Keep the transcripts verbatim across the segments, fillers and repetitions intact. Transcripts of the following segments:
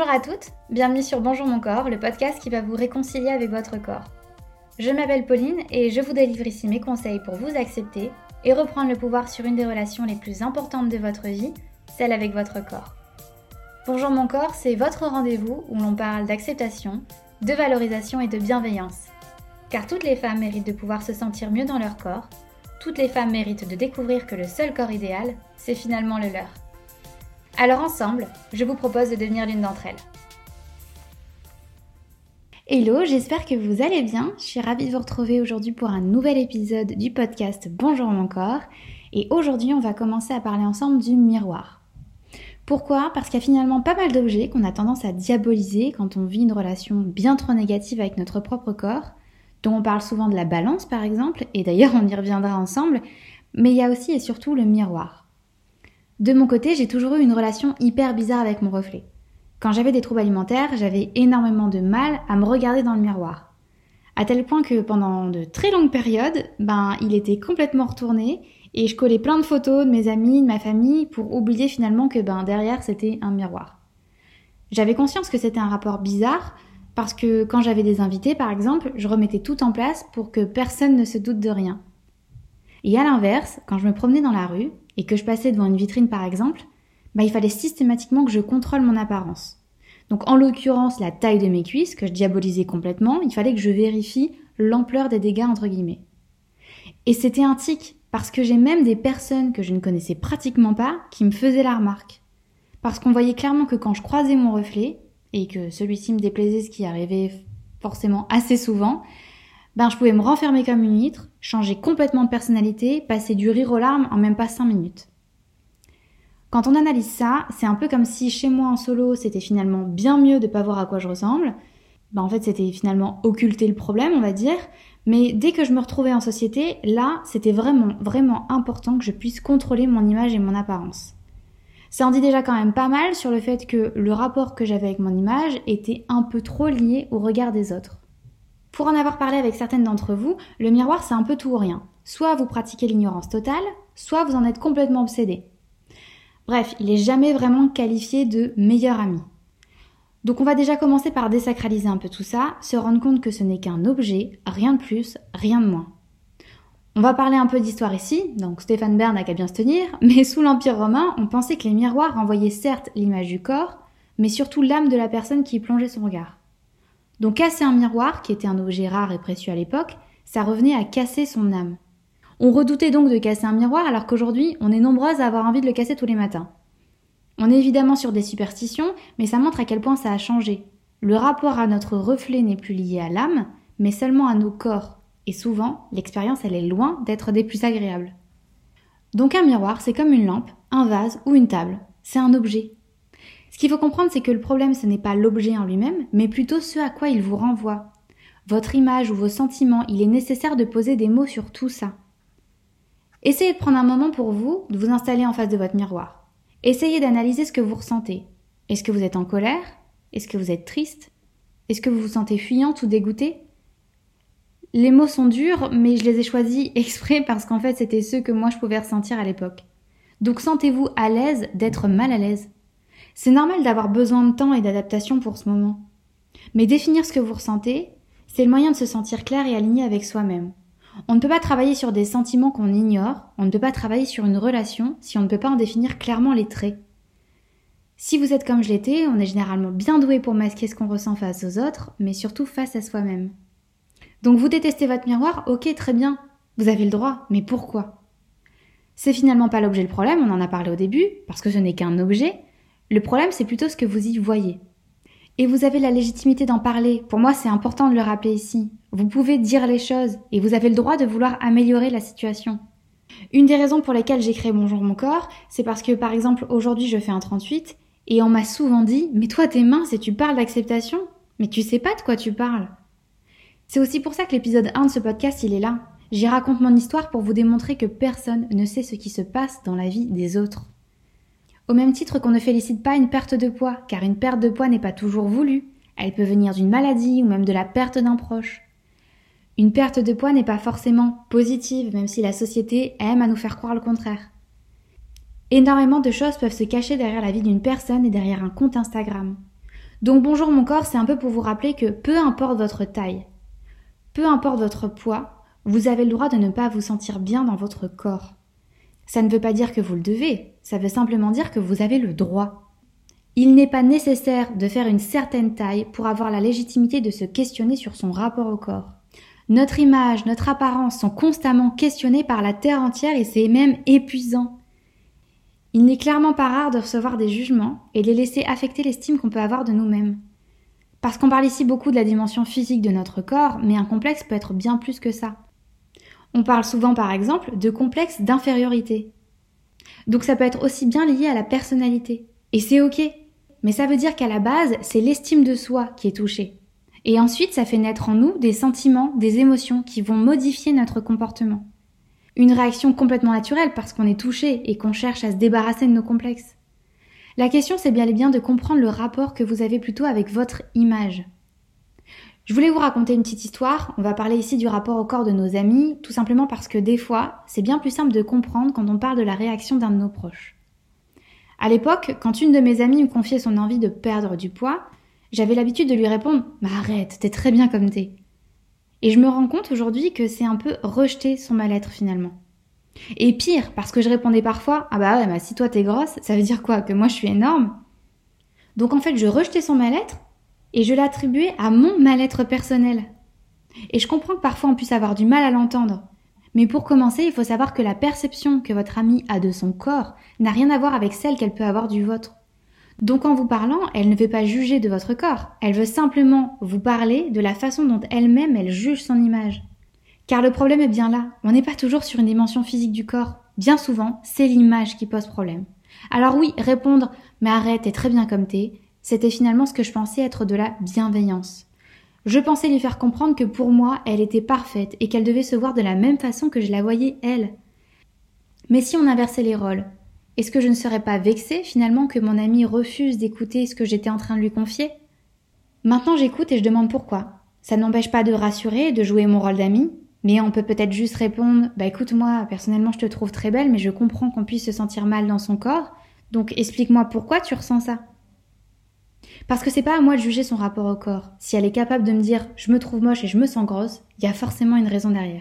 Bonjour à toutes, bienvenue sur Bonjour mon corps, le podcast qui va vous réconcilier avec votre corps. Je m'appelle Pauline et je vous délivre ici mes conseils pour vous accepter et reprendre le pouvoir sur une des relations les plus importantes de votre vie, celle avec votre corps. Bonjour mon corps, c'est votre rendez-vous où l'on parle d'acceptation, de valorisation et de bienveillance. Car toutes les femmes méritent de pouvoir se sentir mieux dans leur corps, toutes les femmes méritent de découvrir que le seul corps idéal, c'est finalement le leur. Alors ensemble, je vous propose de devenir l'une d'entre elles. Hello, j'espère que vous allez bien. Je suis ravie de vous retrouver aujourd'hui pour un nouvel épisode du podcast Bonjour mon corps. Et aujourd'hui, on va commencer à parler ensemble du miroir. Pourquoi ? Parce qu'il y a finalement pas mal d'objets qu'on a tendance à diaboliser quand on vit une relation bien trop négative avec notre propre corps, dont on parle souvent de la balance par exemple, et d'ailleurs on y reviendra ensemble, mais il y a aussi et surtout le miroir. De mon côté, j'ai toujours eu une relation hyper bizarre avec mon reflet. Quand j'avais des troubles alimentaires, j'avais énormément de mal à me regarder dans le miroir. À tel point que pendant de très longues périodes, ben, il était complètement retourné et je collais plein de photos de mes amis, de ma famille pour oublier finalement que ben, derrière c'était un miroir. J'avais conscience que c'était un rapport bizarre parce que quand j'avais des invités par exemple, je remettais tout en place pour que personne ne se doute de rien. Et à l'inverse, quand je me promenais dans la rue, et que je passais devant une vitrine par exemple, bah, il fallait systématiquement que je contrôle mon apparence. Donc en l'occurrence la taille de mes cuisses, que je diabolisais complètement, il fallait que je vérifie l'ampleur des dégâts entre guillemets. Et c'était un tic, parce que j'ai même des personnes que je ne connaissais pratiquement pas qui me faisaient la remarque. Parce qu'on voyait clairement que quand je croisais mon reflet, et que celui-ci me déplaisait, ce qui arrivait forcément assez souvent, ben je pouvais me renfermer comme une huître, changer complètement de personnalité, passer du rire aux larmes en même pas cinq minutes. Quand on analyse ça, c'est un peu comme si chez moi en solo, c'était finalement bien mieux de pas voir à quoi je ressemble. Ben en fait, c'était finalement occulter le problème, on va dire. Mais dès que je me retrouvais en société, là, c'était vraiment, vraiment important que je puisse contrôler mon image et mon apparence. Ça en dit déjà quand même pas mal sur le fait que le rapport que j'avais avec mon image était un peu trop lié au regard des autres. Pour en avoir parlé avec certaines d'entre vous, le miroir c'est un peu tout ou rien. Soit vous pratiquez l'ignorance totale, soit vous en êtes complètement obsédé. Bref, il n'est jamais vraiment qualifié de meilleur ami. Donc on va déjà commencer par désacraliser un peu tout ça, se rendre compte que ce n'est qu'un objet, rien de plus, rien de moins. On va parler un peu d'histoire ici, donc Stéphane Bern n'a qu'à bien se tenir, mais sous l'Empire romain, on pensait que les miroirs renvoyaient certes l'image du corps, mais surtout l'âme de la personne qui y plongeait son regard. Donc casser un miroir, qui était un objet rare et précieux à l'époque, ça revenait à casser son âme. On redoutait donc de casser un miroir alors qu'aujourd'hui, on est nombreuses à avoir envie de le casser tous les matins. On est évidemment sur des superstitions, mais ça montre à quel point ça a changé. Le rapport à notre reflet n'est plus lié à l'âme, mais seulement à nos corps. Et souvent, l'expérience elle est loin d'être des plus agréables. Donc un miroir, c'est comme une lampe, un vase ou une table. C'est un objet. Ce qu'il faut comprendre, c'est que le problème, ce n'est pas l'objet en lui-même, mais plutôt ce à quoi il vous renvoie. Votre image ou vos sentiments, il est nécessaire de poser des mots sur tout ça. Essayez de prendre un moment pour vous, de vous installer en face de votre miroir. Essayez d'analyser ce que vous ressentez. Est-ce que vous êtes en colère ? Est-ce que vous êtes triste ? Est-ce que vous vous sentez fuyante ou dégoûtée ? Les mots sont durs, mais je les ai choisis exprès parce qu'en fait, c'était ceux que moi je pouvais ressentir à l'époque. Donc sentez-vous à l'aise d'être mal à l'aise. C'est normal d'avoir besoin de temps et d'adaptation pour ce moment. Mais définir ce que vous ressentez, c'est le moyen de se sentir clair et aligné avec soi-même. On ne peut pas travailler sur des sentiments qu'on ignore, on ne peut pas travailler sur une relation si on ne peut pas en définir clairement les traits. Si vous êtes comme je l'étais, on est généralement bien doué pour masquer ce qu'on ressent face aux autres, mais surtout face à soi-même. Donc vous détestez votre miroir, ok, très bien, vous avez le droit, mais pourquoi ? C'est finalement pas l'objet le problème, on en a parlé au début, parce que ce n'est qu'un objet. Le problème, c'est plutôt ce que vous y voyez. Et vous avez la légitimité d'en parler. Pour moi, c'est important de le rappeler ici. Vous pouvez dire les choses et vous avez le droit de vouloir améliorer la situation. Une des raisons pour lesquelles j'ai créé Bonjour mon corps, c'est parce que, par exemple, aujourd'hui, je fais un trente-huit et on m'a souvent dit « Mais toi, t'es mince et tu parles d'acceptation ? Mais tu sais pas de quoi tu parles ?» C'est aussi pour ça que l'épisode un de ce podcast, il est là. J'y raconte mon histoire pour vous démontrer que personne ne sait ce qui se passe dans la vie des autres. Au même titre qu'on ne félicite pas une perte de poids, car une perte de poids n'est pas toujours voulue. Elle peut venir d'une maladie ou même de la perte d'un proche. Une perte de poids n'est pas forcément positive, même si la société aime à nous faire croire le contraire. Énormément de choses peuvent se cacher derrière la vie d'une personne et derrière un compte Instagram. Donc bonjour mon corps, c'est un peu pour vous rappeler que peu importe votre taille, peu importe votre poids, vous avez le droit de ne pas vous sentir bien dans votre corps. Ça ne veut pas dire que vous le devez, ça veut simplement dire que vous avez le droit. Il n'est pas nécessaire de faire une certaine taille pour avoir la légitimité de se questionner sur son rapport au corps. Notre image, notre apparence sont constamment questionnées par la terre entière et c'est même épuisant. Il n'est clairement pas rare de recevoir des jugements et de les laisser affecter l'estime qu'on peut avoir de nous-mêmes. Parce qu'on parle ici beaucoup de la dimension physique de notre corps, mais un complexe peut être bien plus que ça. On parle souvent par exemple de complexe d'infériorité. Donc ça peut être aussi bien lié à la personnalité. Et c'est ok. Mais ça veut dire qu'à la base, c'est l'estime de soi qui est touchée. Et ensuite, ça fait naître en nous des sentiments, des émotions qui vont modifier notre comportement. Une réaction complètement naturelle parce qu'on est touché et qu'on cherche à se débarrasser de nos complexes. La question, c'est bien et bien de comprendre le rapport que vous avez plutôt avec votre image. Je voulais vous raconter une petite histoire. On va parler ici du rapport au corps de nos amis, tout simplement parce que des fois, c'est bien plus simple de comprendre quand on parle de la réaction d'un de nos proches. À l'époque, quand une de mes amies me confiait son envie de perdre du poids, j'avais l'habitude de lui répondre « Mais arrête, t'es très bien comme t'es ». Et je me rends compte aujourd'hui que c'est un peu rejeter son mal-être finalement. Et pire, parce que je répondais parfois « Ah bah ouais, bah si toi t'es grosse, ça veut dire quoi? Que moi je suis énorme ?» Donc en fait, je rejetais son mal-être et je l'attribuais à mon mal-être personnel. Et je comprends que parfois on puisse avoir du mal à l'entendre. Mais pour commencer, il faut savoir que la perception que votre amie a de son corps n'a rien à voir avec celle qu'elle peut avoir du vôtre. Donc en vous parlant, elle ne veut pas juger de votre corps, elle veut simplement vous parler de la façon dont elle-même elle juge son image. Car le problème est bien là, on n'est pas toujours sur une dimension physique du corps, bien souvent c'est l'image qui pose problème. Alors oui, répondre « mais arrête, t'es très bien comme t'es », c'était finalement ce que je pensais être de la bienveillance. Je pensais lui faire comprendre que pour moi, elle était parfaite et qu'elle devait se voir de la même façon que je la voyais elle. Mais si on inversait les rôles, est-ce que je ne serais pas vexée finalement que mon amie refuse d'écouter ce que j'étais en train de lui confier? Maintenant j'écoute et je demande pourquoi. Ça n'empêche pas de rassurer et de jouer mon rôle d'amie, mais on peut peut-être juste répondre « Bah écoute moi, personnellement je te trouve très belle mais je comprends qu'on puisse se sentir mal dans son corps, donc explique-moi pourquoi tu ressens ça ?» Parce que c'est pas à moi de juger son rapport au corps. Si elle est capable de me dire « je me trouve moche et je me sens grosse », il y a forcément une raison derrière.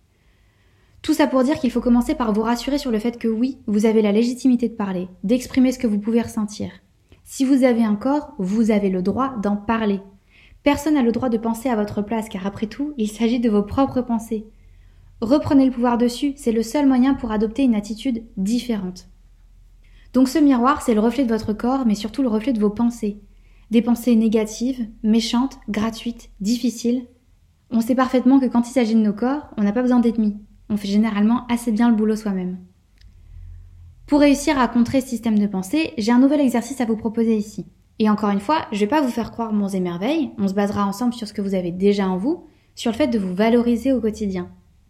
Tout ça pour dire qu'il faut commencer par vous rassurer sur le fait que oui, vous avez la légitimité de parler, d'exprimer ce que vous pouvez ressentir. Si vous avez un corps, vous avez le droit d'en parler. Personne n'a le droit de penser à votre place, car après tout, il s'agit de vos propres pensées. Reprenez le pouvoir dessus, c'est le seul moyen pour adopter une attitude différente. Donc ce miroir, c'est le reflet de votre corps, mais surtout le reflet de vos pensées. Des pensées négatives, méchantes, gratuites, difficiles. On sait parfaitement que quand il s'agit de nos corps, on n'a pas besoin d'ennemis. On fait généralement assez bien le boulot soi-même. Pour réussir à contrer ce système de pensée, j'ai un nouvel exercice à vous proposer ici. Et encore une fois, je vais pas vous faire croire monts et merveilles, on se basera ensemble sur ce que vous avez déjà en vous, sur le fait de vous valoriser au quotidien.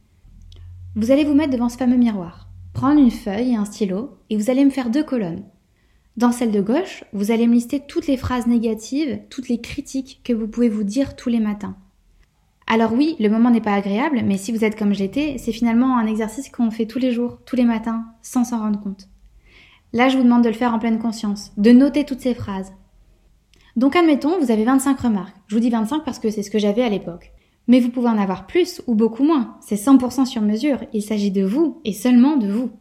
Vous allez vous mettre devant ce fameux miroir, prendre une feuille et un stylo, et vous allez me faire deux colonnes. Dans celle de gauche, vous allez me lister toutes les phrases négatives, toutes les critiques que vous pouvez vous dire tous les matins. Alors oui, le moment n'est pas agréable, mais si vous êtes comme j'étais, c'est finalement un exercice qu'on fait tous les jours, tous les matins, sans s'en rendre compte. Là, je vous demande de le faire en pleine conscience, de noter toutes ces phrases. Donc admettons, vous avez vingt-cinq remarques. Je vous dis vingt-cinq parce que c'est ce que j'avais à l'époque. Mais vous pouvez en avoir plus ou beaucoup moins. C'est cent pour cent sur mesure. Il s'agit de vous et seulement de vous.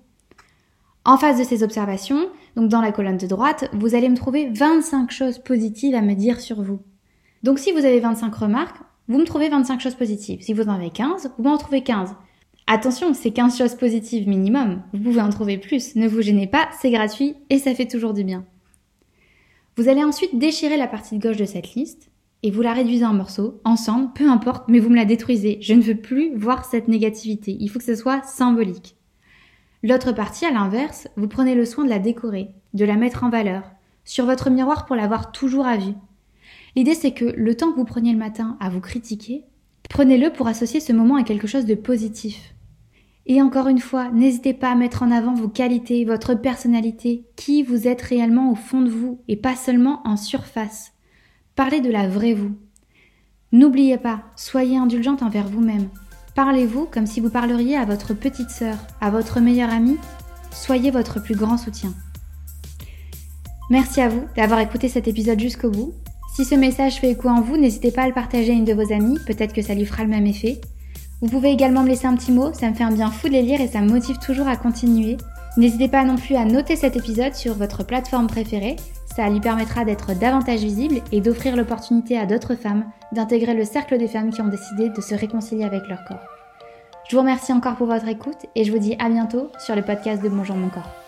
En face de ces observations, donc dans la colonne de droite, vous allez me trouver vingt-cinq choses positives à me dire sur vous. Donc si vous avez vingt-cinq remarques, vous me trouvez vingt-cinq choses positives. Si vous en avez quinze, vous m'en trouvez quinze. Attention, c'est quinze choses positives minimum. Vous pouvez en trouver plus. Ne vous gênez pas, c'est gratuit et ça fait toujours du bien. Vous allez ensuite déchirer la partie de gauche de cette liste et vous la réduisez en morceaux, ensemble, peu importe, mais vous me la détruisez. Je ne veux plus voir cette négativité. Il faut que ce soit symbolique. L'autre partie, à l'inverse, vous prenez le soin de la décorer, de la mettre en valeur, sur votre miroir pour l'avoir toujours à vue. L'idée, c'est que le temps que vous preniez le matin à vous critiquer, prenez-le pour associer ce moment à quelque chose de positif. Et encore une fois, n'hésitez pas à mettre en avant vos qualités, votre personnalité, qui vous êtes réellement au fond de vous, et pas seulement en surface. Parlez de la vraie vous. N'oubliez pas, soyez indulgente envers vous-même. Parlez-vous comme si vous parleriez à votre petite sœur, à votre meilleure amie. Soyez votre plus grand soutien. Merci à vous d'avoir écouté cet épisode jusqu'au bout. Si ce message fait écho en vous, n'hésitez pas à le partager à une de vos amies, peut-être que ça lui fera le même effet. Vous pouvez également me laisser un petit mot, ça me fait un bien fou de les lire et ça me motive toujours à continuer. N'hésitez pas non plus à noter cet épisode sur votre plateforme préférée, ça lui permettra d'être davantage visible et d'offrir l'opportunité à d'autres femmes d'intégrer le cercle des femmes qui ont décidé de se réconcilier avec leur corps. Je vous remercie encore pour votre écoute et je vous dis à bientôt sur le podcast de Bonjour mon corps.